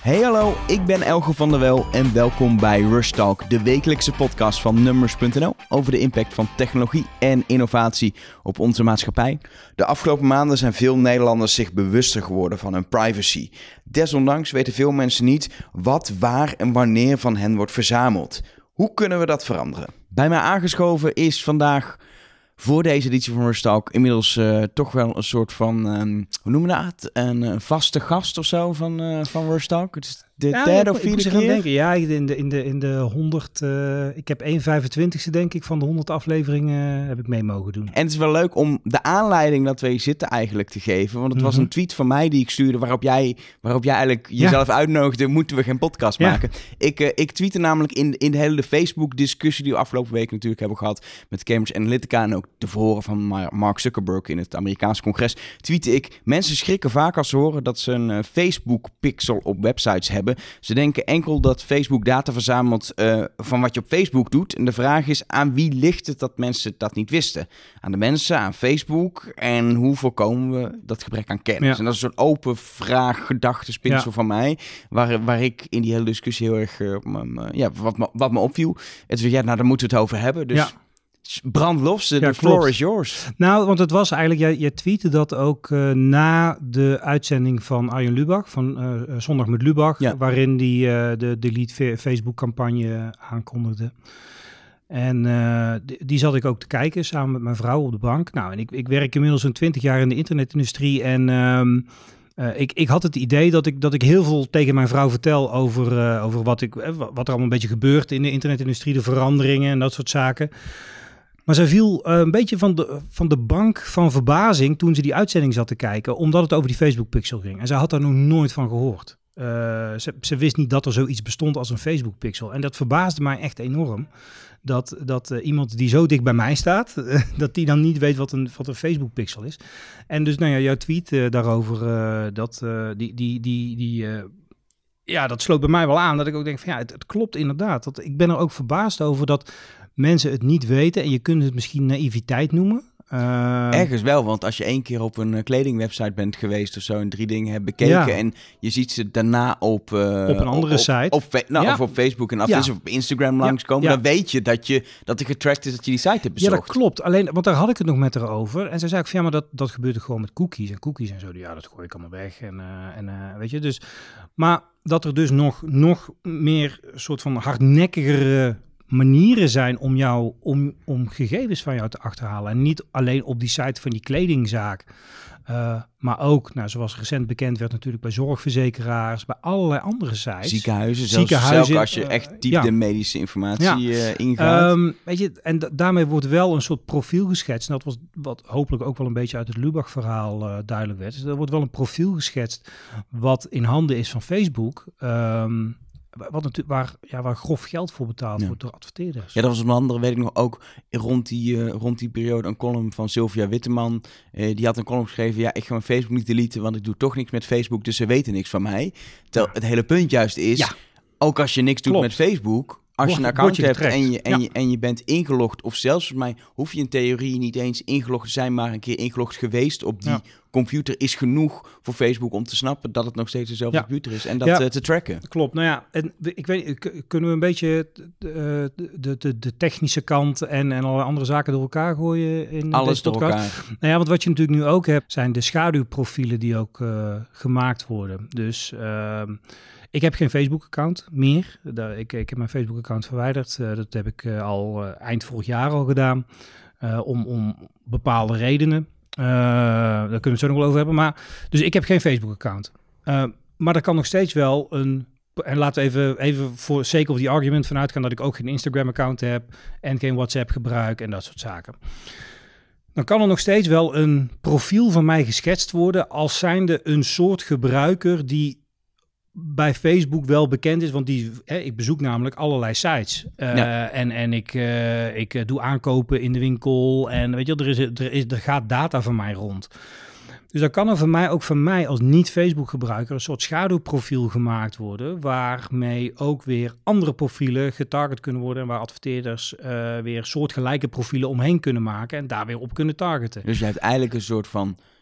Hey hallo, ik ben Elge van der Wel en welkom bij Rush Talk, de wekelijkse podcast van Numbers.nl over de impact van technologie en innovatie op onze maatschappij. De afgelopen maanden zijn veel Nederlanders zich bewuster geworden van hun privacy. Desondanks weten veel mensen niet wat, waar en wanneer van hen wordt verzameld. Hoe kunnen we dat veranderen? Bij mij aangeschoven is vandaag voor deze editie van Rush Talk inmiddels toch wel een soort van, hoe noemen we dat? Een vaste gast of zo van Rush Talk. Het is de derde of vierde keer? Denken. Ja, in de 100, ik heb 1/25 denk ik van de 100 afleveringen heb ik mee mogen doen. En het is wel leuk om de aanleiding dat we hier zitten eigenlijk te geven. Want het was een tweet van mij die ik stuurde waarop jij eigenlijk jezelf uitnodigde. Moeten we geen podcast maken? Ik tweette namelijk in de hele Facebook-discussie die we afgelopen week natuurlijk hebben gehad met Cambridge Analytica en ook de verhoren van Mark Zuckerberg in het Amerikaanse congres. Tweette ik, mensen schrikken vaak als ze horen dat ze een Facebook-pixel op websites hebben. Ze denken enkel dat Facebook data verzamelt van wat je op Facebook doet. En de vraag is, aan wie ligt het dat mensen dat niet wisten? Aan de mensen, aan Facebook? En hoe voorkomen we dat gebrek aan kennis? Ja. En dat is een soort open vraag, gedachtespinsel van mij. Waar ik in die hele discussie heel erg wat me opviel. Het is daar moeten we het over hebben. Dus brand los, de floor is yours. Nou, want het was eigenlijk, je tweette dat ook na de uitzending van Arjen Lubach, van Zondag met Lubach, waarin die de Delete Facebook-campagne aankondigde. En die zat ik ook te kijken, samen met mijn vrouw op de bank. Nou, en ik werk inmiddels zo'n 20 jaar in de internetindustrie en ik had het idee dat ik heel veel tegen mijn vrouw vertel over wat er allemaal een beetje gebeurt in de internetindustrie, de veranderingen en dat soort zaken. Maar zij viel een beetje van de bank van verbazing toen ze die uitzending zat te kijken, omdat het over die Facebook-pixel ging. En zij had daar nog nooit van gehoord. Ze wist niet dat er zoiets bestond als een Facebook-pixel. En dat verbaasde mij echt enorm. Dat iemand die zo dicht bij mij staat, dat die dan niet weet wat een Facebook-pixel is. En dus, jouw tweet daarover, dat sloot bij mij wel aan. Dat ik ook denk van het klopt inderdaad. Ik ben er ook verbaasd over dat mensen het niet weten. En je kunt het misschien naïviteit noemen. Ergens wel, want als je 1 keer op een kledingwebsite bent geweest of zo en 3 dingen hebt bekeken en je ziet ze daarna op een andere site. Of op Facebook en of op Instagram langskomen, dan weet je dat er getrackt is dat je die site hebt bezocht. Ja, dat klopt. Alleen, want daar had ik het nog met haar over. En zij zei ook van maar dat gebeurt er gewoon met cookies en zo. Ja, dat gooi ik allemaal weg. En weet je, dus. Maar dat er dus nog meer soort van hardnekkigere manieren zijn om gegevens van jou te achterhalen. En niet alleen op die site van die kledingzaak. Maar ook, zoals recent bekend werd natuurlijk bij zorgverzekeraars, bij allerlei andere sites. Ziekenhuizen, zelfs als je echt diep de medische informatie ingaat. Weet je, en daarmee wordt wel een soort profiel geschetst. En dat was wat hopelijk ook wel een beetje uit het Lubach-verhaal duidelijk werd. Dus er wordt wel een profiel geschetst wat in handen is van Facebook. Waar grof geld voor betaald wordt door adverteerders. Ja, dat was een andere, weet ik nog, ook rond die periode een column van Sylvia Witteman. Die had een column geschreven, ik ga mijn Facebook niet deleten, want ik doe toch niks met Facebook, dus ze weten niks van mij. Terwijl het hele punt juist is, ook als je niks doet met Facebook, als je een account hebt en je bent ingelogd, of zelfs voor mij hoef je in theorie niet eens ingelogd te zijn, maar een keer ingelogd geweest op die computer is genoeg voor Facebook om te snappen dat het nog steeds dezelfde computer is en dat te tracken. Klopt. En ik weet, kunnen we een beetje de technische kant en alle andere zaken door elkaar gooien in alles deze podcast? Door elkaar. Want wat je natuurlijk nu ook hebt, zijn de schaduwprofielen die ook gemaakt worden. Dus ik heb geen Facebook-account meer. Ik heb mijn Facebook-account verwijderd. Dat heb ik al eind vorig jaar al gedaan. Om bepaalde redenen. Daar kunnen we het zo nog wel over hebben. Maar, dus ik heb geen Facebook-account. Maar er kan nog steeds wel een. En laten we even voor sake of the argument vanuit gaan dat ik ook geen Instagram-account heb. En geen WhatsApp gebruik en dat soort zaken. Dan kan er nog steeds wel een profiel van mij geschetst worden als zijnde een soort gebruiker die bij Facebook wel bekend is, want ik bezoek namelijk allerlei sites. En ik doe aankopen in de winkel en weet je, er gaat data van mij rond. Dus dan kan er van mij als niet-Facebook-gebruiker een soort schaduwprofiel gemaakt worden, waarmee ook weer andere profielen getarget kunnen worden en waar adverteerders weer soortgelijke profielen omheen kunnen maken en daar weer op kunnen targeten. Dus je hebt eigenlijk een soort van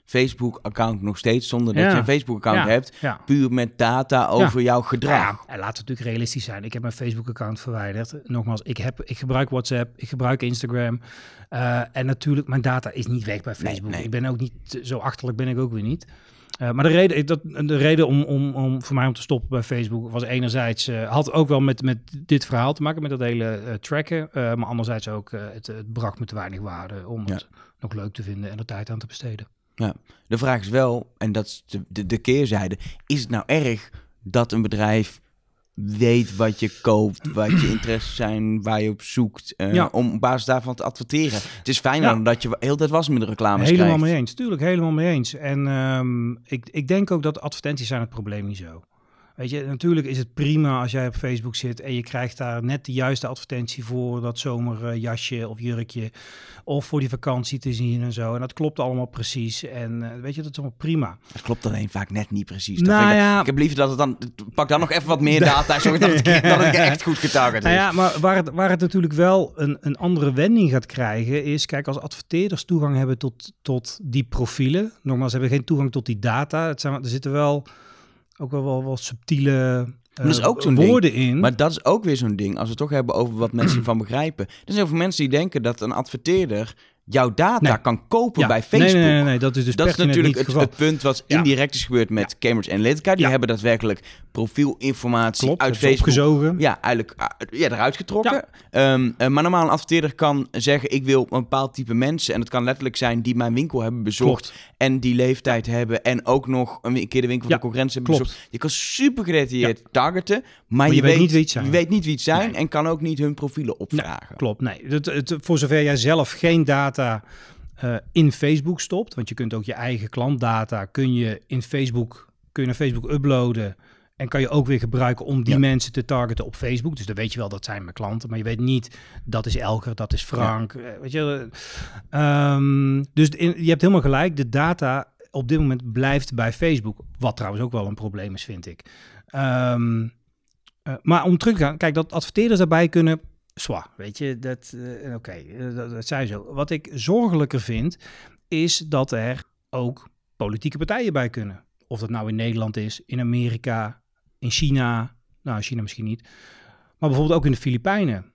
Facebook-account nog steeds zonder dat je een Facebook-account hebt. Ja. Puur met data over jouw gedrag. Ja, en laten we natuurlijk realistisch zijn. Ik heb mijn Facebook-account verwijderd. Nogmaals, ik gebruik WhatsApp, ik gebruik Instagram. En natuurlijk, mijn data is niet weg bij Facebook. Nee. Ik ben ook niet, zo achterlijk ben ik ook weer niet. Maar de reden om voor mij om te stoppen bij Facebook was enerzijds... had ook wel met dit verhaal te maken, met dat hele tracken. Maar anderzijds ook, het bracht me te weinig waarde om het nog leuk te vinden en er tijd aan te besteden. Ja, de vraag is wel, en dat is de keerzijde... is het nou erg dat een bedrijf weet wat je koopt, wat je interesses zijn, waar je op zoekt, om op basis daarvan te adverteren? Het is fijn dan dat je heel tijd wasmiddelreclames krijgt. Helemaal mee eens, tuurlijk, helemaal mee eens. En ik denk ook dat advertenties zijn het probleem niet zo. Weet je, natuurlijk is het prima als jij op Facebook zit en je krijgt daar net de juiste advertentie voor dat zomerjasje of jurkje of voor die vakantie te zien en zo. En dat klopt allemaal precies. En weet je, dat is allemaal prima. Het klopt alleen vaak net niet precies. Ik heb liever dat het dan... Pak dan nog even wat meer data, zodat het echt goed getarget is. Nou ja, maar waar het natuurlijk wel een andere wending gaat krijgen is... Kijk, als adverteerders toegang hebben tot die profielen... Nogmaals, ze hebben geen toegang tot die data. Er zitten wel... ook wel subtiele woorden in. Maar dat is ook weer zo'n ding. Als we het toch hebben over wat mensen van begrijpen. Er zijn heel veel mensen die denken dat een adverteerder jouw data kan kopen bij Facebook. Nee, dat is dus dat is natuurlijk het punt wat indirect is gebeurd met Cambridge Analytica. Die hebben daadwerkelijk profielinformatie uit Facebook opgezogen. Ja, eigenlijk eruit getrokken. Ja. Maar normaal een adverteerder kan zeggen, ik wil een bepaald type mensen. En het kan letterlijk zijn die mijn winkel hebben bezocht. En die leeftijd hebben. En ook nog een keer de winkel van de concurrentie hebben bezocht. Je kan super gedetailleerd targeten. Maar je weet niet wie het zijn. Je weet niet wie het zijn en kan ook niet hun profielen opvragen. Nee, klopt, nee. Voor zover jij zelf geen data in Facebook stopt, want je kunt ook je eigen klantdata kun je naar Facebook uploaden en kan je ook weer gebruiken om die mensen te targeten op Facebook. Dus dan weet je wel dat zijn mijn klanten, maar je weet niet dat is Elger, dat is Frank. Weet je, dus je hebt helemaal gelijk. De data op dit moment blijft bij Facebook, wat trouwens ook wel een probleem is, vind ik. Maar om terug te gaan, kijk, dat adverteerders daarbij kunnen. Weet je, dat zei zo. Wat ik zorgelijker vind, is dat er ook politieke partijen bij kunnen. Of dat nou in Nederland is, in Amerika, in China. Nou, China misschien niet. Maar bijvoorbeeld ook in de Filipijnen.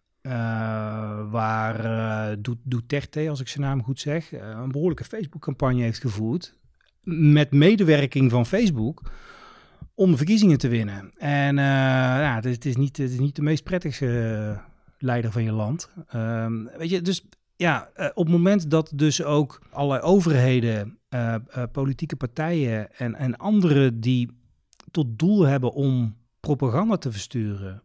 Waar Duterte, als ik zijn naam goed zeg, een behoorlijke Facebook-campagne heeft gevoerd. Met medewerking van Facebook om verkiezingen te winnen. En het is niet de meest prettige leider van je land. Weet je, dus op het moment dat dus ook allerlei overheden, politieke partijen en anderen die tot doel hebben om propaganda te versturen,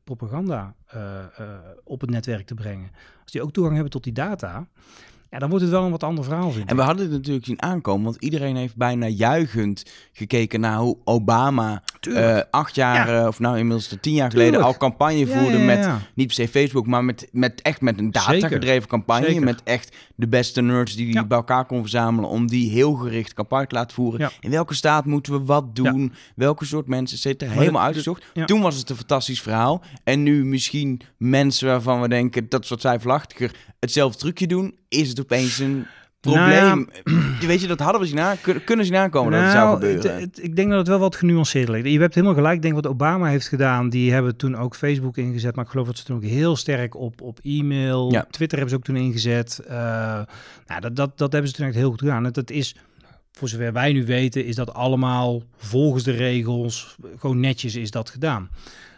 op het netwerk te brengen, als die ook toegang hebben tot die data, dan wordt het wel een wat ander verhaal, vind ik. En we hadden het natuurlijk zien aankomen, want iedereen heeft bijna juichend gekeken naar hoe Obama 8 jaar, of nou inmiddels 10 jaar geleden al campagne voerde met, niet per se Facebook, maar met een data-gedreven campagne. Zeker. Met echt de beste nerds die bij elkaar kon verzamelen om die heel gericht campagne te laten voeren. Ja. In welke staat moeten we wat doen? Ja. Welke soort mensen zitten helemaal uitgezocht? Ja. Toen was het een fantastisch verhaal. En nu misschien mensen waarvan we denken dat soort twijfelachtiger hetzelfde trucje doen, is het opeens een probleem. Weet je, dat hadden we kunnen zien aankomen dat het zou gebeuren. Ik denk dat het wel wat genuanceerd ligt. Je hebt helemaal gelijk. Ik denk wat Obama heeft gedaan, die hebben toen ook Facebook ingezet, maar ik geloof dat ze toen ook heel sterk op e-mail, Twitter hebben ze ook toen ingezet. Dat hebben ze toen echt heel goed gedaan. Dat is, voor zover wij nu weten, is dat allemaal volgens de regels, gewoon netjes is dat gedaan.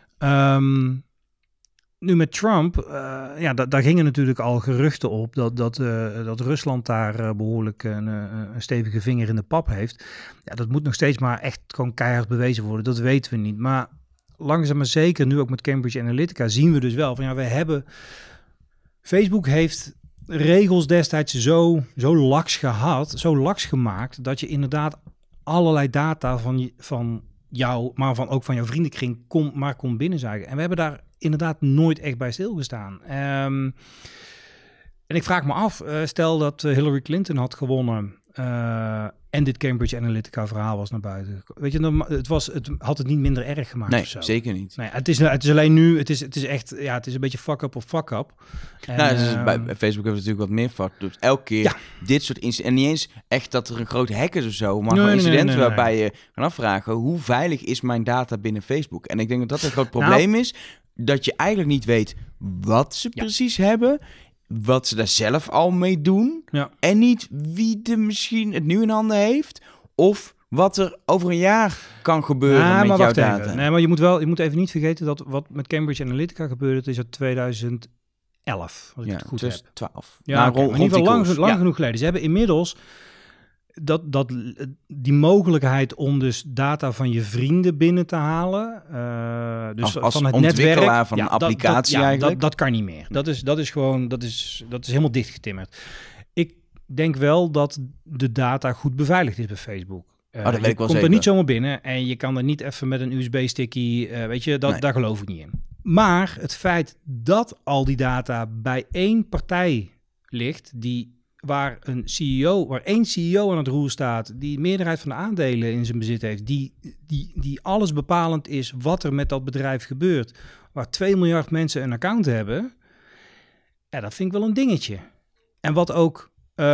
Nu met Trump, daar gingen natuurlijk al geruchten op dat Rusland daar behoorlijk een stevige vinger in de pap heeft. Ja, dat moet nog steeds maar echt gewoon keihard bewezen worden. Dat weten we niet. Maar langzaam maar zeker, nu ook met Cambridge Analytica, zien we dus wel van Facebook heeft regels destijds zo laks gehad, zo laks gemaakt, dat je inderdaad allerlei data van jou, maar ook van jouw vriendenkring kon binnenzuigen. En we hebben daar inderdaad nooit echt bij stilgestaan. En ik vraag me af, stel dat Hillary Clinton had gewonnen En dit Cambridge Analytica verhaal was naar buiten. Weet je, het had het niet minder erg gemaakt nee, of zo. Zeker niet. Nee, het is alleen nu, het is echt, het is een beetje fuck up of fuck up. En, bij Facebook hebben we natuurlijk wat meer fuck. Dus elke keer dit soort incidenten. En niet eens echt dat er een groot hack is of zo, maar gewoon incidenten waarbij je kan afvragen, hoe veilig is mijn data binnen Facebook? En ik denk dat dat een groot probleem is, dat je eigenlijk niet weet wat ze precies hebben, wat ze daar zelf al mee doen, en niet wie er misschien het nu in handen heeft, of wat er over een jaar kan gebeuren met jouw data. Even. Nee, maar je moet even niet vergeten dat wat met Cambridge Analytica gebeurde, is uit 2011, als ik het goed heb. 2012. Ja, in ieder geval lang genoeg geleden. Ze hebben inmiddels die mogelijkheid om dus data van je vrienden binnen te halen. Dus als van het ontwikkelaar netwerk, van een applicatie eigenlijk. Dat kan niet meer. Dat is gewoon, dat is helemaal dichtgetimmerd. Ik denk wel dat de data goed beveiligd is bij Facebook. Dat weet ik wel komt zeker. er niet zomaar binnen en je kan er niet even met een USB-sticky, weet je, daar geloof ik niet in. Maar het feit dat al die data bij één partij ligt, waar één CEO aan het roer staat, die meerderheid van de aandelen in zijn bezit heeft, die alles bepalend is wat er met dat bedrijf gebeurt, waar 2 miljard mensen een account hebben, dat vind ik wel een dingetje. En wat ook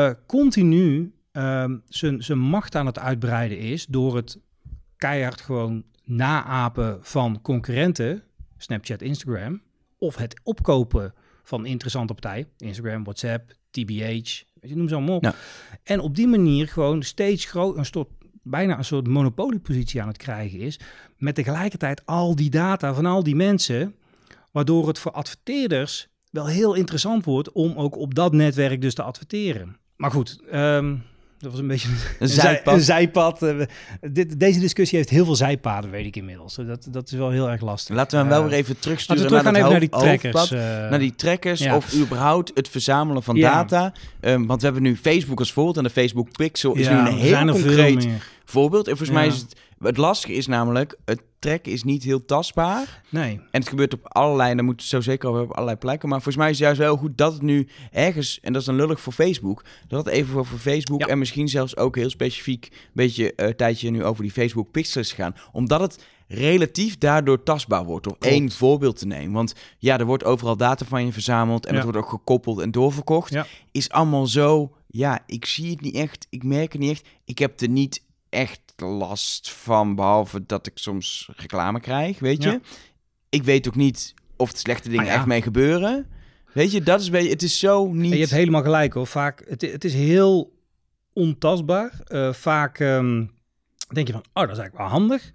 continu zijn macht aan het uitbreiden is door het keihard gewoon naapen van concurrenten, Snapchat, Instagram, of het opkopen van interessante partijen, Instagram, WhatsApp, TBH, je noem ze allemaal op. Ja. En op die manier gewoon steeds bijna een soort monopoliepositie aan het krijgen is, met tegelijkertijd al die data van al die mensen, waardoor het voor adverteerders wel heel interessant wordt om ook op dat netwerk dus te adverteren. Maar goed, dat was een beetje een zijpad. Deze discussie heeft heel veel zijpaden, weet ik inmiddels. Dat is wel heel erg lastig. Laten we hem wel weer even terugsturen naar die trackers. Naar die trackers of überhaupt het verzamelen van data. Want we hebben nu Facebook als voorbeeld en de Facebook Pixel is nu een heel concreet voorbeeld. En volgens mij is het lastige is namelijk, het tracken is niet heel tastbaar. Nee. En het gebeurt op allerlei, en daar moeten we het zo zeker over hebben, op allerlei plekken. Maar volgens mij is het juist wel goed dat het nu ergens, en dat is dan lullig voor Facebook, dat het even voor Facebook en misschien zelfs ook heel specifiek een beetje tijdje nu over die Facebook Pixel is gegaan. Omdat het relatief daardoor tastbaar wordt, door één voorbeeld te nemen. Want er wordt overal data van je verzameld en het wordt ook gekoppeld en doorverkocht. Ja. Is allemaal zo, ik zie het niet echt, ik merk het niet echt, ik heb er niet echt last van, behalve dat ik soms reclame krijg, weet je. Ja. Ik weet ook niet of de slechte dingen echt mee gebeuren. Weet je, dat is beetje, het is zo niet... En je hebt helemaal gelijk hoor. Vaak, het is heel ontastbaar. Vaak denk je van, dat is eigenlijk wel handig.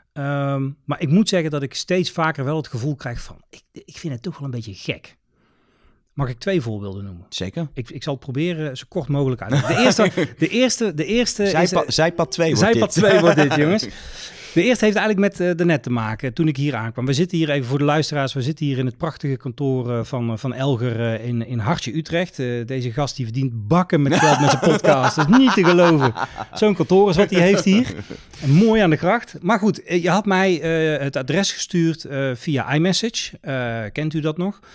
Maar ik moet zeggen dat ik steeds vaker wel het gevoel krijg van, ik vind het toch wel een beetje gek. Mag ik 2 voorbeelden noemen? Zeker. Ik zal het proberen zo kort mogelijk uit. De eerste Zijpad 2 wordt Zijpad 2 wordt dit, jongens. De eerste heeft eigenlijk met de net te maken. Toen ik hier aankwam. We zitten hier, even voor de luisteraars, we zitten hier in het prachtige kantoor van Elger in Hartje, Utrecht. Deze gast die verdient bakken met geld met zijn podcast. Dat is niet te geloven. Zo'n kantoor is wat hij heeft hier. En mooi aan de gracht. Maar goed, je had mij het adres gestuurd via iMessage. Kent u dat nog?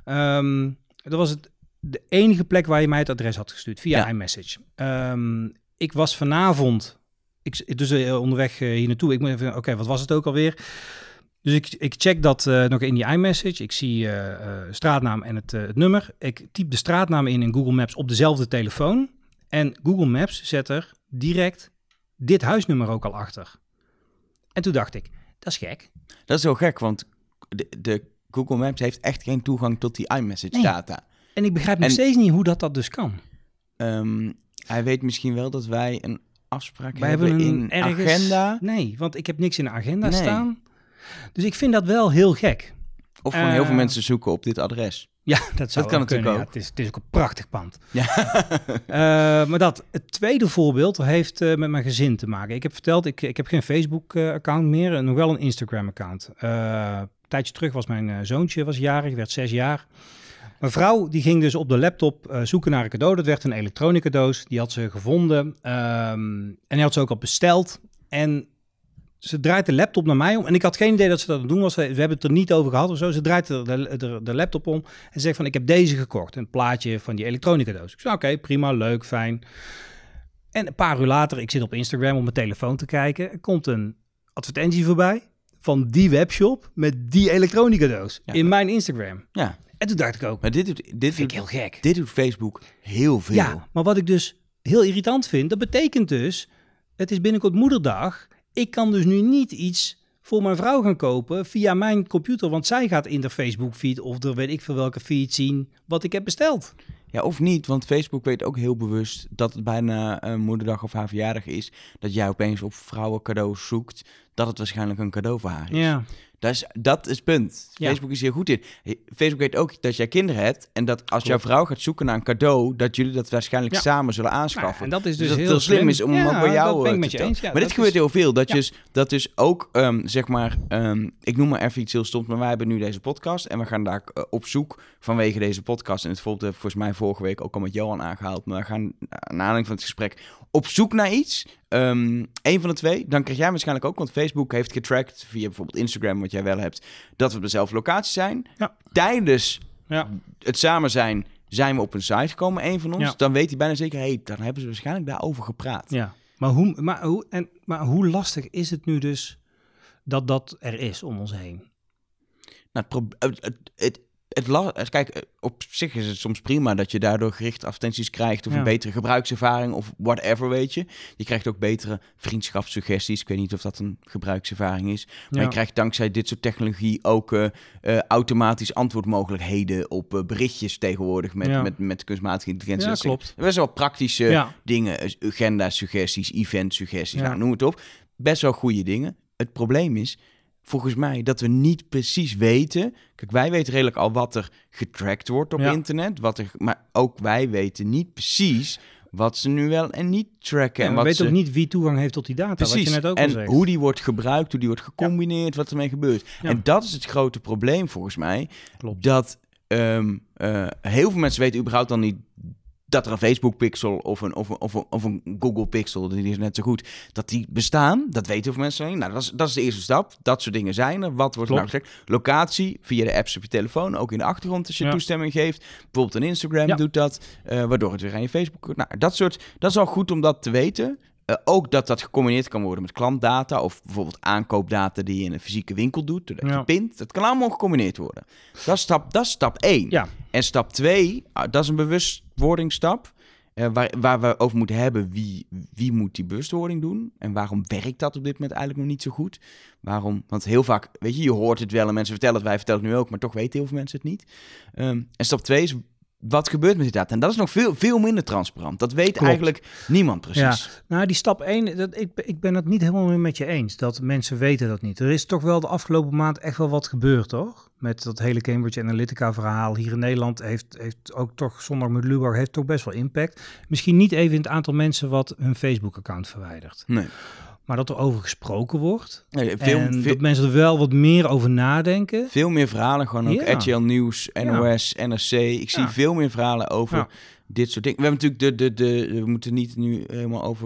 Dat was de enige plek waar je mij het adres had gestuurd, via iMessage. Ik was vanavond, onderweg hier naartoe, ik moet even, oké, wat was het ook alweer? Dus ik check dat nog in die iMessage. Ik zie straatnaam en het nummer. Ik typ de straatnaam in Google Maps op dezelfde telefoon. En Google Maps zet er direct dit huisnummer ook al achter. En toen dacht ik, dat is gek. Dat is heel gek, want de Google Maps heeft echt geen toegang tot die iMessage data. En ik begrijp nog steeds niet hoe dat dus kan. Hij weet misschien wel dat wij een afspraak hebben in ergens, agenda. Nee, want ik heb niks in de agenda staan. Dus ik vind dat wel heel gek. Of gewoon heel veel mensen zoeken op dit adres. Ja, dat kan natuurlijk ook. Ja, het is ook een prachtig pand. Ja. Maar het tweede voorbeeld heeft met mijn gezin te maken. Ik heb verteld, ik heb geen Facebook-account meer. Nog wel een Instagram-account. Een tijdje terug was mijn zoontje jarig, werd 6 jaar. Mijn vrouw die ging dus op de laptop zoeken naar een cadeau. Dat werd een elektronica doos. Die had ze gevonden. En die had ze ook al besteld. En ze draait de laptop naar mij om. En ik had geen idee dat ze dat aan het doen was. We hebben het er niet over gehad of zo. Ze draait de laptop om. En zegt van, ik heb deze gekocht. Een plaatje van die elektronica doos. Ik zei, oké, prima, leuk, fijn. En een paar uur later, ik zit op Instagram op mijn telefoon te kijken. Er komt een advertentie voorbij van die webshop met die elektronica doos in mijn Instagram. Ja. En toen dacht ik ook, Maar dit vind ik heel gek. Dit doet Facebook heel veel. Ja, maar wat ik dus heel irritant vind, dat betekent dus, het is binnenkort moederdag. Ik kan dus nu niet iets voor mijn vrouw gaan kopen via mijn computer, want zij gaat in de Facebook feed of er weet ik veel welke feed zien wat ik heb besteld. Ja, of niet, want Facebook weet ook heel bewust dat het bijna een moederdag of haar verjaardag is. Dat jij opeens op vrouwen cadeaus zoekt, dat het waarschijnlijk een cadeau voor haar is. Ja. Dat is het punt. Ja. Facebook is hier goed in. Facebook weet ook dat jij kinderen hebt en dat als jouw vrouw gaat zoeken naar een cadeau, dat jullie dat waarschijnlijk samen zullen aanschaffen. Nou, en dat is dus dat heel het slim is om ook bij jou dat ben ik met te je eens. maar dit gebeurt heel veel. Dat dus ook, zeg maar, ik noem maar even iets heel stoms, maar wij hebben nu deze podcast en we gaan daar op zoek vanwege deze podcast. En het volgens mij vorige week ook al met Johan aangehaald, maar we gaan naar aanleiding van het gesprek op zoek naar iets. Een van de twee, dan krijg jij waarschijnlijk ook, want Facebook heeft getracked via bijvoorbeeld Instagram, wat jij wel hebt, dat we op dezelfde locatie zijn. Ja. Tijdens het samen zijn we op een site gekomen, een van ons. Ja. Dan weet hij bijna zeker, dan hebben ze waarschijnlijk daarover gepraat. Ja, maar hoe lastig is het nu dus dat er is om ons heen? Nou, kijk, op zich is het soms prima dat je daardoor gerichte advertenties krijgt of een betere gebruikservaring of whatever, weet je. Je krijgt ook betere vriendschapssuggesties. Ik weet niet of dat een gebruikservaring is. Maar je krijgt dankzij dit soort technologie ook automatisch antwoordmogelijkheden op berichtjes tegenwoordig met kunstmatige intelligentie. Ja, klopt. Best wel praktische dingen. Agenda-suggesties, event-suggesties, noem het op. Best wel goede dingen. Het probleem is, volgens mij, dat we niet precies weten. Kijk, wij weten redelijk al wat er getracked wordt op internet. Maar ook wij weten niet precies wat ze nu wel en niet tracken. En we weten ook niet wie toegang heeft tot die data. Precies. Wat je net ook al zegt. En hoe die wordt gebruikt, hoe die wordt gecombineerd, wat ermee gebeurt. Ja. En dat is het grote probleem volgens mij. Klopt. Dat heel veel mensen weten überhaupt dan niet dat er een Facebook pixel of een Google pixel, die is net zo goed, dat die bestaan. Dat weten heel veel mensen. Nou, dat is de eerste stap. Dat soort dingen zijn er. Wat wordt nou gezegd? Locatie via de apps op je telefoon, ook in de achtergrond als je toestemming geeft. Bijvoorbeeld een Instagram doet dat, waardoor het weer aan je Facebook... Nou, dat is al goed om dat te weten. Ook dat gecombineerd kan worden met klantdata of bijvoorbeeld aankoopdata die je in een fysieke winkel doet, doordat je pint. Dat kan allemaal gecombineerd worden. Dat is stap 1. Ja. En stap 2, dat is een bewustwordingsstap. Waar we over moeten hebben, wie moet die bewustwording doen? En waarom werkt dat op dit moment eigenlijk nog niet zo goed? Waarom? Want heel vaak, weet je hoort het wel en mensen vertellen het, wij vertellen het nu ook, maar toch weten heel veel mensen het niet. En stap 2 is, wat gebeurt met die data? En dat is nog veel minder transparant. Dat weet eigenlijk niemand precies. Ja. Nou, die stap 1, ik ben het niet helemaal meer met je eens. Dat mensen weten dat niet. Er is toch wel de afgelopen maand echt wel wat gebeurd, toch? Met dat hele Cambridge Analytica verhaal hier in Nederland heeft ook toch, zonder met Lubach, heeft toch best wel impact. Misschien niet even in het aantal mensen wat hun Facebook-account verwijdert. Nee. Maar dat er over gesproken wordt. Dat mensen er wel wat meer over nadenken. Veel meer verhalen, gewoon ook RTL Nieuws, NOS, NRC. Ik zie veel meer verhalen over dit soort dingen. We hebben natuurlijk we moeten niet nu helemaal over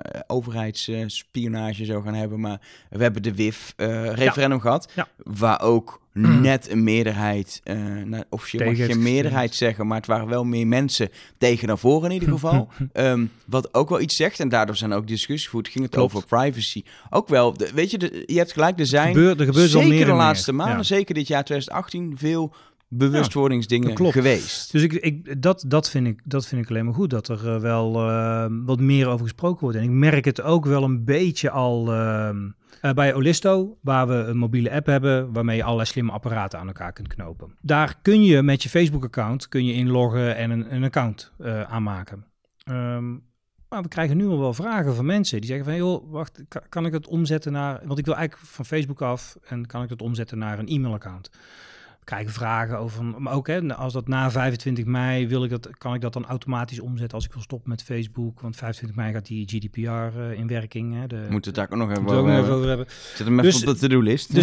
overheidsspionage zo gaan hebben, maar we hebben de WIF-referendum gehad, waar ook net een meerderheid, officieel mag je geen meerderheid zeggen, maar het waren wel meer mensen tegen dan voor in ieder geval. Wat ook wel iets zegt, en daardoor zijn ook discussies gevoerd. Ging het over privacy. Ook wel, weet je, je hebt gelijk, er gebeurt zeker meer de laatste maanden, zeker dit jaar 2018, veel bewustwordingsdingen geweest. Dus dat vind ik alleen maar goed, dat er wel wat meer over gesproken wordt. En ik merk het ook wel een beetje al bij Olisto, waar we een mobiele app hebben, waarmee je allerlei slimme apparaten aan elkaar kunt knopen. Daar kun je met je Facebook-account inloggen en een account aanmaken. Maar we krijgen nu al wel vragen van mensen die zeggen van, joh, wacht, kan ik het omzetten naar... Want ik wil eigenlijk van Facebook af en kan ik het omzetten naar een e-mailaccount. We krijgen vragen over, maar ook als dat na 25 mei kan ik dat dan automatisch omzetten als ik wil stoppen met Facebook. Want 25 mei gaat die GDPR in werking. Moeten we het daar ook nog even over hebben. Zet hem even op de to-do-list.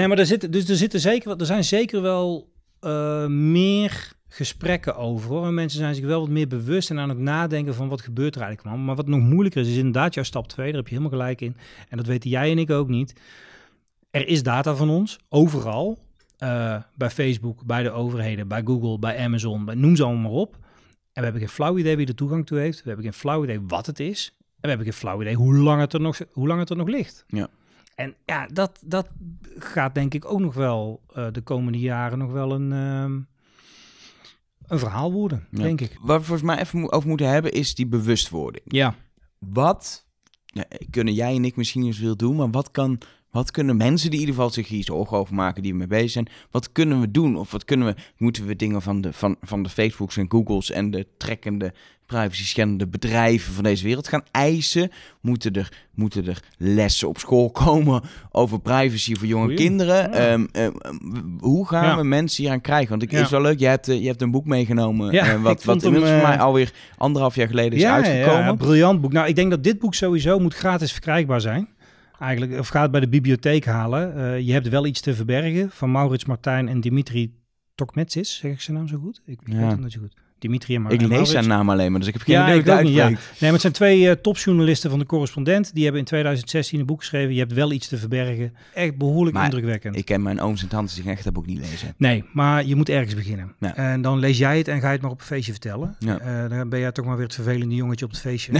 Er zijn zeker wel meer gesprekken over, hoor. En mensen zijn zich wel wat meer bewust en aan het nadenken van wat gebeurt er eigenlijk allemaal. Maar wat nog moeilijker is inderdaad jouw stap 2, daar heb je helemaal gelijk in. En dat weten jij en ik ook niet. Er is data van ons, overal. Bij Facebook, bij de overheden, bij Google, bij Amazon, noem ze allemaal maar op. En we hebben geen flauw idee wie er toegang toe heeft. We hebben geen flauw idee wat het is. we hebben geen flauw idee hoe lang het er nog ligt. Ja. En ja, dat gaat denk ik ook nog wel de komende jaren nog wel een verhaal worden, denk ik. Waar we volgens mij even over moeten hebben is die bewustwording. Ja. Wat kunnen jij en ik misschien eens wil doen, maar wat kunnen mensen die in ieder geval zich hier zorgen over maken, die ermee bezig zijn, wat kunnen we doen? Of moeten we dingen van de Facebooks en Googles en de trekkende, privacy-schendende bedrijven van deze wereld gaan eisen? Moeten er lessen op school komen over privacy voor jonge kinderen? Ja. Hoe gaan we mensen hier aan krijgen? Want het is wel leuk, je hebt een boek meegenomen, wat inmiddels voor mij alweer 1,5 jaar geleden is uitgekomen. Ja, briljant boek. Nou, ik denk dat dit boek sowieso moet gratis verkrijgbaar zijn. Eigenlijk, of ga het bij de bibliotheek halen. Je hebt wel iets te verbergen van Maurits Martijn en Dimitri Tokmetsis. Zeg ik zijn naam zo goed? Ik weet het niet zo goed. Dimitri en Ik lees zijn naam alleen maar, dus ik heb geen idee hoe het uitspreekt. Nee, maar het zijn 2 topjournalisten van de Correspondent. Die hebben in 2016 een boek geschreven. Je hebt wel iets te verbergen. Echt behoorlijk indrukwekkend. Ik ken mijn ooms en tantes die gaan echt dat boek niet lezen. Nee, maar je moet ergens beginnen. Ja. En dan lees jij het en ga je het maar op een feestje vertellen. Ja. Dan ben jij toch maar weer het vervelende jongetje op het feestje.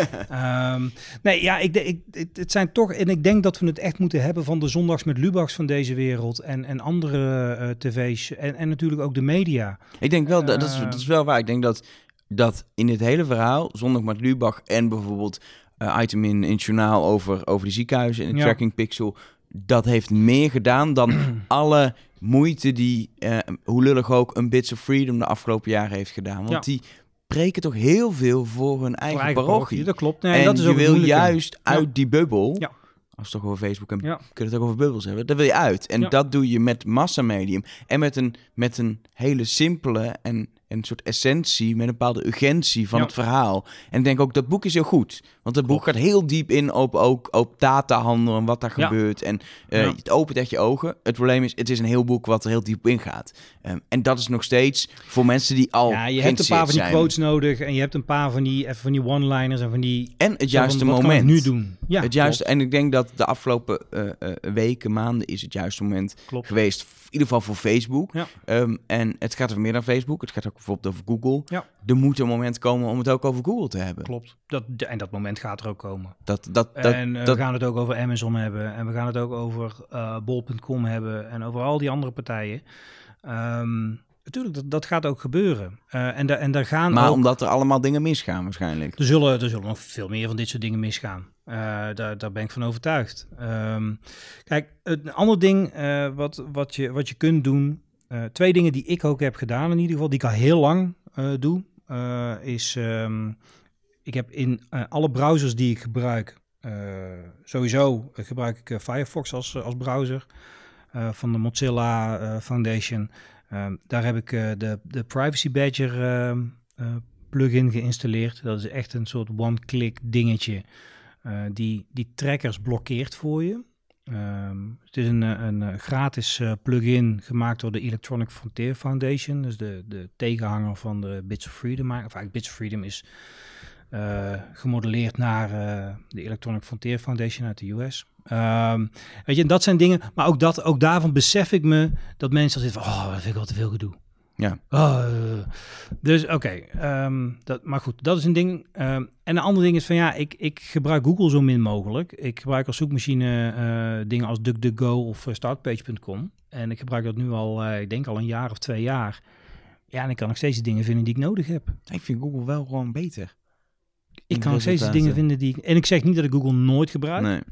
Het zijn toch... En ik denk dat we het echt moeten hebben van de Zondags met Lubachs van deze wereld. En andere tv's. En natuurlijk ook de media. Ik denk wel, dat is wel waar. Ik denk dat in dit hele verhaal, Zondag met Lubach en bijvoorbeeld item in het journaal over de ziekenhuizen en de tracking pixel, dat heeft meer gedaan dan alle moeite die, hoe lullig ook, een Bits of Freedom de afgelopen jaren heeft gedaan. Want die preken toch heel veel voor hun eigen parochie. Dat klopt. Nee, en dat is ook je wil juist uit die bubbel... Ja. Als we het toch over Facebook en kunnen het ook over bubbels hebben, dat wil je uit. En dat doe je met massamedium en met een hele simpele en een soort essentie, met een bepaalde urgentie van het verhaal. En ik denk ook, dat boek is heel goed. Want het boek gaat heel diep in op datahandel en wat daar gebeurt. En het opent echt je ogen. Het probleem is, het is een heel boek wat er heel diep in gaat. En dat is nog steeds voor mensen die al je hebt een paar van die quotes nodig en je hebt een paar van die one-liners en van die... En het juiste moment. Wat kan ik nu doen? Ja, het juiste, en ik denk dat de afgelopen weken, maanden is het juiste moment geweest. In ieder geval voor Facebook. Ja. En het gaat over meer dan Facebook. Het gaat ook bijvoorbeeld over Google. Ja. Er moet een moment komen om het ook over Google te hebben. Klopt. En dat moment gaat er ook komen. We gaan het ook over Amazon hebben. En we gaan het ook over bol.com hebben. En over al die andere partijen. Natuurlijk, dat gaat ook gebeuren. En daar gaan maar ook, omdat er allemaal dingen misgaan waarschijnlijk. Er zullen nog veel meer van dit soort dingen misgaan. Daar ben ik van overtuigd. Kijk, een ander ding wat je kunt doen... 2 dingen die ik ook heb gedaan in ieder geval, die ik al heel lang doe, is... ik heb in alle browsers die ik gebruik... sowieso gebruik ik Firefox als browser van de Mozilla Foundation... daar heb ik de Privacy Badger plugin geïnstalleerd. Dat is echt een soort one-click dingetje die trackers blokkeert voor je. Het is een gratis plugin gemaakt door de Electronic Frontier Foundation. Dus de tegenhanger van de Bits of Freedom. Of eigenlijk Bits of Freedom is gemodelleerd naar de Electronic Frontier Foundation uit de US. Weet je, en dat zijn dingen, maar ook daarvan besef ik me dat mensen al zitten van, dat vind ik wel te veel gedoe. Ja. Dus oké, maar goed, dat is een ding. En een ander ding is van ik gebruik Google zo min mogelijk. Ik gebruik als zoekmachine dingen als DuckDuckGo of startpage.com. En ik gebruik dat nu al, ik denk al een jaar of 2 jaar. Ja, en ik kan nog steeds dingen vinden die ik nodig heb. Ik vind Google wel gewoon beter. Ik kan nog steeds dingen vinden die ik... En ik zeg niet dat ik Google nooit gebruik. Nee.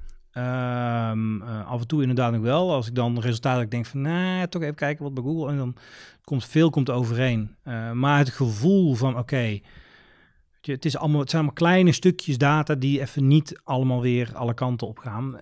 Af en toe inderdaad nog wel. Als ik dan resultaten denk van, toch even kijken wat bij Google. En dan komt overeen. Maar het gevoel van, het zijn allemaal kleine stukjes data die even niet allemaal weer alle kanten op gaan.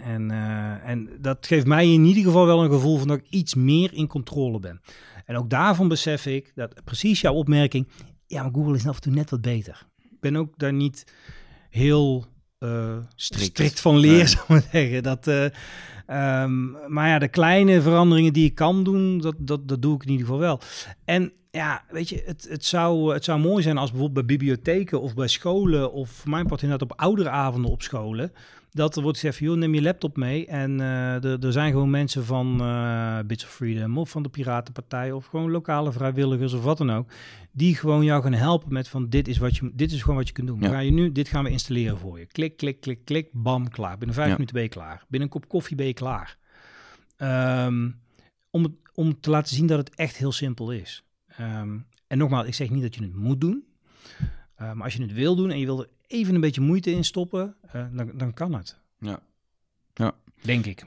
En dat geeft mij in ieder geval wel een gevoel van dat ik iets meer in controle ben. En ook daarvan besef ik dat precies jouw opmerking, maar Google is af en toe net wat beter. Ik ben ook daar niet heel strikt van leer, zou ik maar zeggen. Maar de kleine veranderingen die ik kan doen, dat doe ik in ieder geval wel. En ja, weet je, het zou mooi zijn als bijvoorbeeld bij bibliotheken of bij scholen of voor mijn part inderdaad op ouderavonden op scholen, dat er wordt gezegd van, joh, neem je laptop mee. En er zijn gewoon mensen van Bits of Freedom of van de Piratenpartij of gewoon lokale vrijwilligers of wat dan ook, die gewoon jou gaan helpen met van, dit is gewoon wat je kunt doen. Ja. Dit gaan we installeren voor je. Klik, klik, klik, klik, bam, klaar. Binnen 5 minuten ben je klaar. Binnen een kop koffie ben je klaar. Om te laten zien dat het echt heel simpel is. En nogmaals, ik zeg niet dat je het moet doen. Maar als je het wil doen en je wil er even een beetje moeite in stoppen, dan kan het. Ja. Denk ik.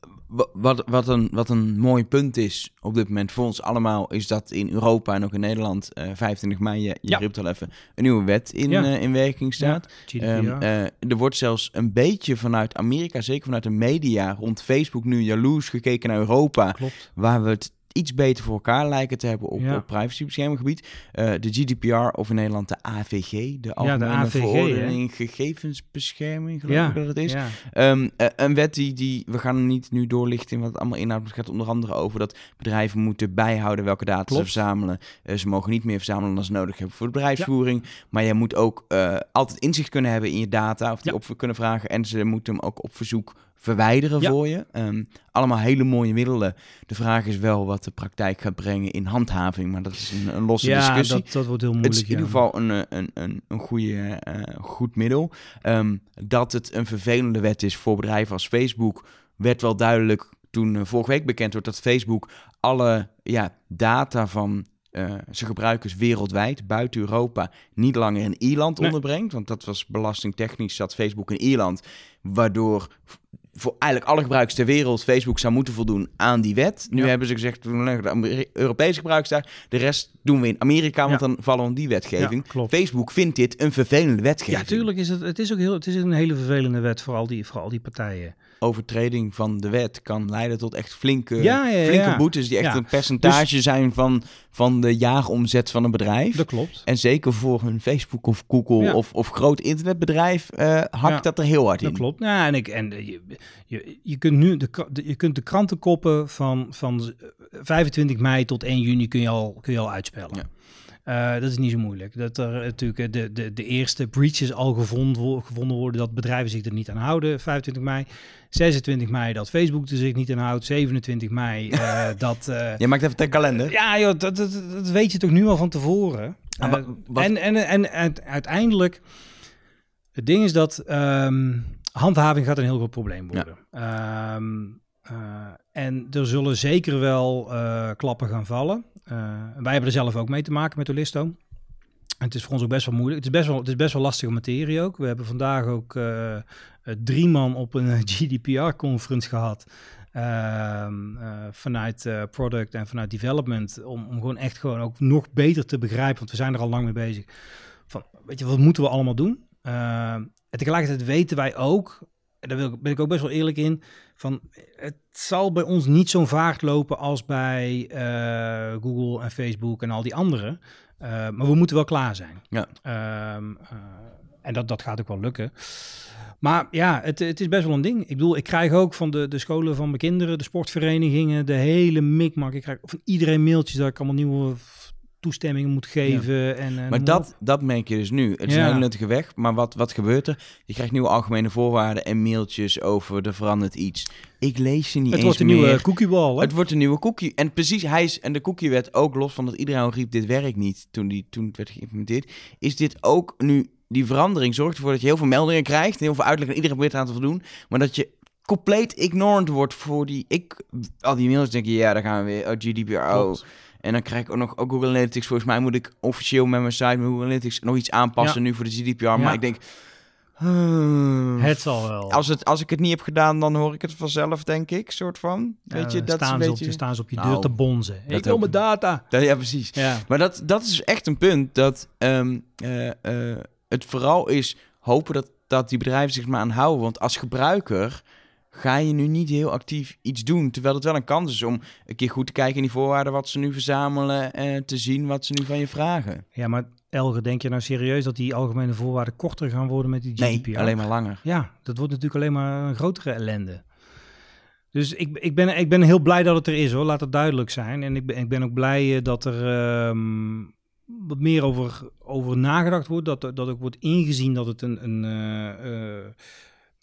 Wat een mooi punt is op dit moment voor ons allemaal, is dat in Europa en ook in Nederland 25 mei, je riep al even, een nieuwe wet in werking staat. Er wordt zelfs een beetje vanuit Amerika, zeker vanuit de media, rond Facebook nu jaloers gekeken naar Europa. Klopt. Waar we het iets beter voor elkaar lijken te hebben op privacybeschermingsgebied. De GDPR of in Nederland de AVG, de Algemene Verordening Gegevensbescherming, geloof ik dat het is. Ja. Een wet die we gaan niet nu doorlichten in wat het allemaal inhoudt. Het gaat onder andere over dat bedrijven moeten bijhouden welke data ze verzamelen. Ze mogen niet meer verzamelen dan ze nodig hebben voor de bedrijfsvoering. Ja. Maar je moet ook altijd inzicht kunnen hebben in je data, of die op kunnen vragen. En ze moeten hem ook op verzoek verwijderen voor je. Allemaal hele mooie middelen. De vraag is wel wat de praktijk gaat brengen in handhaving. Maar dat is een losse discussie. Ja, dat wordt heel moeilijk. Het is in ieder geval een goed middel. Dat het een vervelende wet is voor bedrijven als Facebook, werd wel duidelijk toen vorige week bekend wordt dat Facebook alle data van zijn gebruikers wereldwijd, buiten Europa, niet langer in Ierland onderbrengt. Want dat was belastingtechnisch, zat Facebook in Ierland, waardoor voor eigenlijk alle gebruikers ter wereld Facebook zou moeten voldoen aan die wet. Nu hebben ze gezegd, we leggen de Europese gebruikers daar, de rest doen we in Amerika, want dan vallen we onder die wetgeving. Facebook vindt dit een vervelende wetgeving. Ja, tuurlijk is het is ook het is een hele vervelende wet voor al die partijen. Overtreding van de wet kan leiden tot echt flinke boetes die echt een percentage zijn van de jaaromzet van een bedrijf. Dat klopt. En zeker voor een Facebook of Google of groot internetbedrijf hakt dat er heel hard in. Dat klopt. Ja, je kunt nu de krantenkoppen van 25 mei tot 1 juni kun je al uitspellen. Ja. Dat is niet zo moeilijk. Dat er natuurlijk de eerste breaches al gevonden worden, dat bedrijven zich er niet aan houden. 25 mei. 26 mei dat Facebook er zich niet aan houdt. 27 mei dat... Je maakt even de kalender. Ja, joh, dat weet je toch nu al van tevoren. En uiteindelijk... Het ding is dat handhaving gaat een heel groot probleem worden. Ja. En er zullen zeker wel klappen gaan vallen. Wij hebben er zelf ook mee te maken met Holisto. En het is voor ons ook best wel moeilijk. Het is best wel lastige materie ook. We hebben vandaag ook 3 man op een GDPR-conference gehad. Vanuit product en vanuit development. Om gewoon echt ook nog beter te begrijpen. Want we zijn er al lang mee bezig. Weet je, wat moeten we allemaal doen? En tegelijkertijd weten wij ook, en daar ben ik ook best wel eerlijk in, van het zal bij ons niet zo'n vaart lopen als bij Google en Facebook en al die anderen. Maar we moeten wel klaar zijn. Ja. En dat gaat ook wel lukken. Maar ja, het is best wel een ding. Ik bedoel, ik krijg ook van de scholen van mijn kinderen, de sportverenigingen, de hele mikmak. Ik krijg van iedereen mailtjes dat ik allemaal nieuwe toestemmingen moet geven. Ja. Maar dat merk je dus nu. Het is een hele nuttige weg, maar wat gebeurt er? Je krijgt nieuwe algemene voorwaarden en mailtjes over er verandert iets. Ik lees ze niet eens meer. Het wordt een nieuwe cookiebal, hè? Het wordt een nieuwe cookie. En precies, en de cookiewet ook los van dat iedereen al riep, dit werkt niet toen het werd geïmplementeerd, is dit ook nu, die verandering zorgt ervoor dat je heel veel meldingen krijgt, heel veel uitleg en iedereen probeert aan te voldoen, maar dat je compleet ignorant wordt voor al die mails denk je, daar gaan we weer, GDPR, En dan krijg ik ook nog Google Analytics. Volgens mij moet ik officieel met mijn site met Google Analytics nog iets aanpassen nu voor de GDPR. Ja. Maar ik denk... het zal wel. Als ik het niet heb gedaan, dan hoor ik het vanzelf, denk ik. Soort van. Weet je, dat staan ze op je deur te bonzen. Ik wil mijn data. Ja, precies. Ja. Maar dat is echt een punt dat het vooral is hopen dat die bedrijven zich maar aan houden. Want als gebruiker ga je nu niet heel actief iets doen, terwijl het wel een kans is om een keer goed te kijken in die voorwaarden wat ze nu verzamelen en te zien wat ze nu van je vragen. Ja, maar Elger, denk je nou serieus dat die algemene voorwaarden korter gaan worden met die GDPR? Nee, alleen maar langer. Ja, dat wordt natuurlijk alleen maar een grotere ellende. Dus ik ben heel blij dat het er is, hoor. Laat het duidelijk zijn. En ik ben ook blij dat er wat meer over nagedacht wordt, dat ook wordt ingezien dat het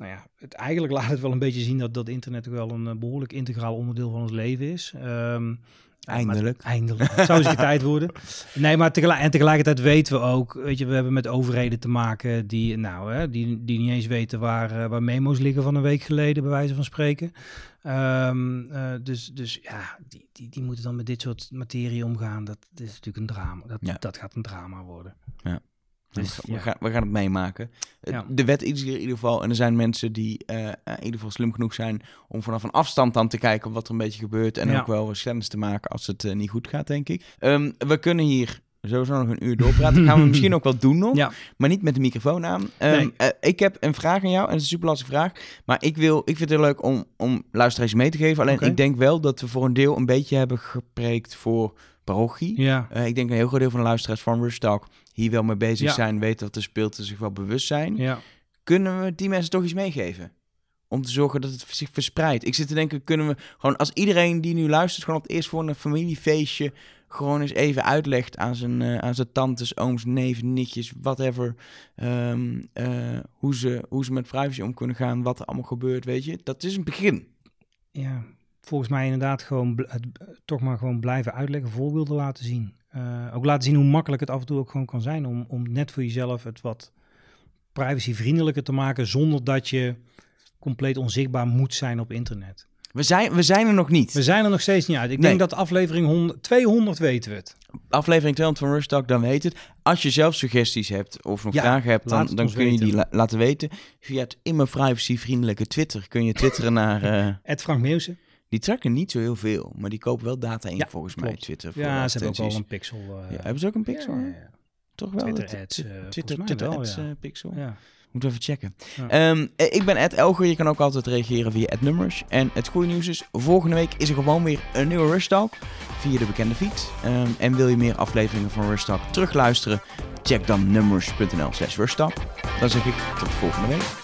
nou ja, eigenlijk laat het wel een beetje zien dat internet ook wel een behoorlijk integraal onderdeel van ons leven is. Eindelijk. Het zou eens een tijd worden. Nee, maar tegelijkertijd weten we ook, weet je, we hebben met overheden te maken die niet eens weten waar memo's liggen van een week geleden, bij wijze van spreken. Dus ja, die moeten dan met dit soort materie omgaan. Dat is natuurlijk een drama. Dat gaat een drama worden. Ja. Dus, we gaan het meemaken. Ja. De wet is hier in ieder geval. En er zijn mensen die in ieder geval slim genoeg zijn om vanaf een afstand dan te kijken wat er een beetje gebeurt. En ook wel scènes te maken als het niet goed gaat, denk ik. We kunnen hier sowieso nog een uur doorpraten. Dat gaan we misschien ook wel doen nog. Maar niet met de microfoon aan. Ik heb een vraag aan jou. En het is een super lastige vraag. Maar ik vind het heel leuk om luisteraars mee te geven. Alleen ik denk wel dat we voor een deel een beetje hebben gepreekt voor parochie. Ja. Ik denk een heel groot deel van de luisteraars van Rush Talk hier wel mee bezig zijn, weten wat er speelt en zich wel bewust zijn. Ja. Kunnen we die mensen toch iets meegeven? Om te zorgen dat het zich verspreidt. Ik zit te denken, kunnen we gewoon, als iedereen die nu luistert, gewoon op het eerst voor een familiefeestje gewoon eens even uitlegt aan zijn tantes, ooms, neven, nichtjes, whatever, hoe ze met privacy om kunnen gaan, wat er allemaal gebeurt, weet je. Dat is een begin. Ja, volgens mij inderdaad toch maar gewoon blijven uitleggen, voorbeelden laten zien. Ook laten zien hoe makkelijk het af en toe ook gewoon kan zijn om net voor jezelf het wat privacyvriendelijker te maken, zonder dat je compleet onzichtbaar moet zijn op internet. We zijn er nog niet. We zijn er nog steeds niet uit. Ik denk dat aflevering 200 weten we het. Aflevering 200 van Rush Talk, dan weet het. Als je zelf suggesties hebt of nog vragen hebt, dan kun je die laten weten. Via het immer privacyvriendelijke Twitter kun je twitteren naar... Frank Meeuwsen. Die tracken niet zo heel veel, maar die kopen wel data in volgens mij, Twitter. Ja, ze hebben ook wel een pixel. Hebben ze ook een pixel? Ja. Toch wel? Twitter ads pixel. Ja. Moeten we even checken. Ja. Ik ben @Elger. Je kan ook altijd reageren via @nummers. En het goede nieuws is, volgende week is er gewoon weer een nieuwe Rush Talk via de bekende feed. En wil je meer afleveringen van Rush Talk terugluisteren? Check dan nummers.nl/Rush Talk. Dan zeg ik tot volgende week.